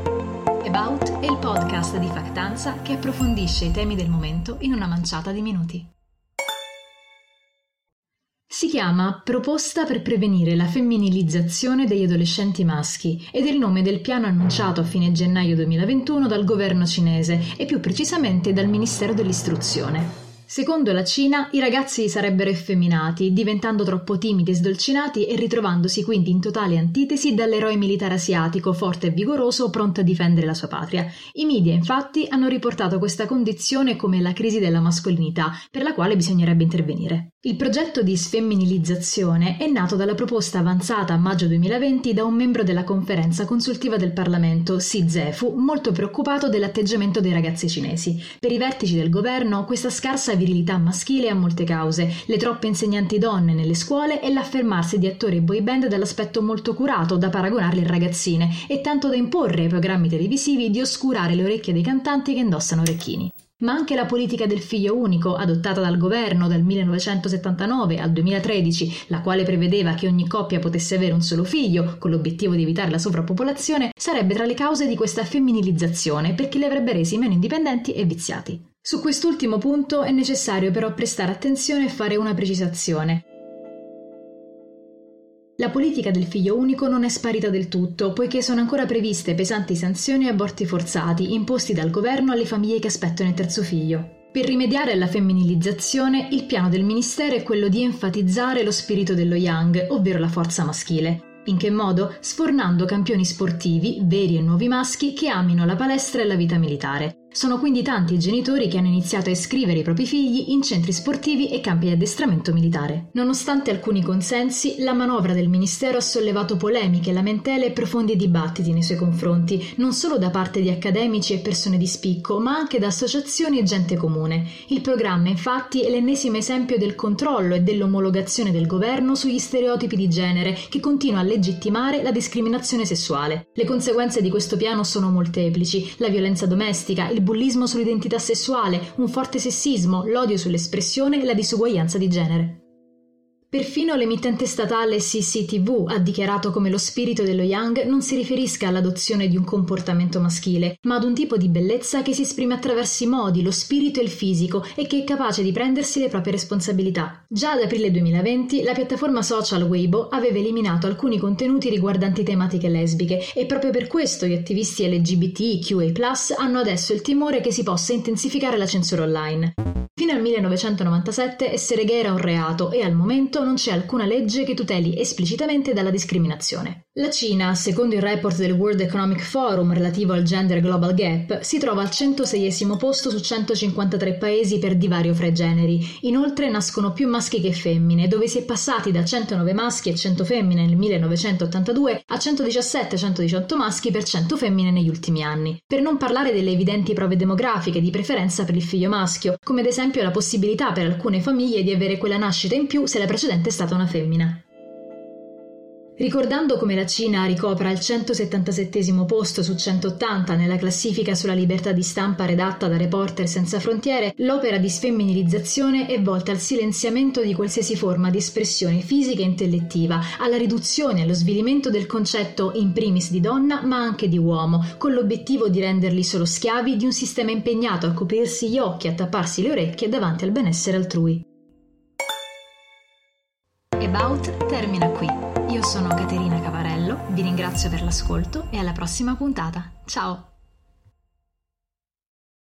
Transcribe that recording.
About è il podcast di Factanza che approfondisce i temi del momento in una manciata di minuti. Si chiama Proposta per prevenire la femminilizzazione degli adolescenti maschi ed è il nome del piano annunciato a fine gennaio 2021 dal governo cinese e più precisamente dal Ministero dell'Istruzione. Secondo la Cina, i ragazzi sarebbero effeminati, diventando troppo timidi e sdolcinati e ritrovandosi quindi in totale antitesi dall'eroe militare asiatico forte e vigoroso pronto a difendere la sua patria. I media, infatti, hanno riportato questa condizione come la crisi della mascolinità, per la quale bisognerebbe intervenire. Il progetto di sfemminilizzazione è nato dalla proposta avanzata a maggio 2020 da un membro della conferenza consultiva del Parlamento, Xi Zefu, molto preoccupato dell'atteggiamento dei ragazzi cinesi. Per i vertici del governo, questa scarsa virilità maschile ha molte cause, le troppe insegnanti donne nelle scuole e l'affermarsi di attori boy band dall'aspetto molto curato da paragonarli a ragazzine e tanto da imporre ai programmi televisivi di oscurare le orecchie dei cantanti che indossano orecchini. Ma anche la politica del figlio unico, adottata dal governo dal 1979 al 2013, la quale prevedeva che ogni coppia potesse avere un solo figlio, con l'obiettivo di evitare la sovrappopolazione, sarebbe tra le cause di questa femminilizzazione perché li avrebbe resi meno indipendenti e viziati. Su quest'ultimo punto è necessario però prestare attenzione e fare una precisazione. La politica del figlio unico non è sparita del tutto, poiché sono ancora previste pesanti sanzioni e aborti forzati imposti dal governo alle famiglie che aspettano il terzo figlio. Per rimediare alla femminilizzazione, il piano del ministero è quello di enfatizzare lo spirito dello yang, ovvero la forza maschile. In che modo? Sfornando campioni sportivi, veri e nuovi maschi, che amino la palestra e la vita militare. Sono quindi tanti i genitori che hanno iniziato a iscrivere i propri figli in centri sportivi e campi di addestramento militare. Nonostante alcuni consensi, la manovra del Ministero ha sollevato polemiche, lamentele e profondi dibattiti nei suoi confronti, non solo da parte di accademici e persone di spicco, ma anche da associazioni e gente comune. Il programma, infatti, è l'ennesimo esempio del controllo e dell'omologazione del governo sugli stereotipi di genere che continua a legittimare la discriminazione sessuale. Le conseguenze di questo piano sono molteplici: la violenza domestica, il bullismo sull'identità sessuale, un forte sessismo, l'odio sull'espressione e la disuguaglianza di genere. Perfino l'emittente statale CCTV ha dichiarato come lo spirito dello yang non si riferisca all'adozione di un comportamento maschile, ma ad un tipo di bellezza che si esprime attraverso i modi, lo spirito e il fisico e che è capace di prendersi le proprie responsabilità. Già ad aprile 2020 la piattaforma social Weibo aveva eliminato alcuni contenuti riguardanti tematiche lesbiche e proprio per questo gli attivisti LGBTQA+ hanno adesso il timore che si possa intensificare la censura online. Fino al 1997 essere gay era un reato e al momento non c'è alcuna legge che tuteli esplicitamente dalla discriminazione. La Cina, secondo il report del World Economic Forum relativo al Gender Global Gap, si trova al 106esimo posto su 153 paesi per divario fra i generi. Inoltre nascono più maschi che femmine, dove si è passati da 109 maschi e 100 femmine nel 1982 a 117 e 118 maschi per 100 femmine negli ultimi anni. Per non parlare delle evidenti prove demografiche di preferenza per il figlio maschio, come ad esempio la possibilità per alcune famiglie di avere quella nascita in più se la precedente è stata una femmina. Ricordando come la Cina ricopra il 177esimo posto su 180 nella classifica sulla libertà di stampa redatta da Reporter Senza Frontiere, l'opera di sfemminilizzazione è volta al silenziamento di qualsiasi forma di espressione fisica e intellettiva, alla riduzione e allo svilimento del concetto in primis di donna ma anche di uomo, con l'obiettivo di renderli solo schiavi di un sistema impegnato a coprirsi gli occhi e a tapparsi le orecchie davanti al benessere altrui. About termina qui. Io sono Caterina Cavarello, vi ringrazio per l'ascolto e alla prossima puntata. Ciao!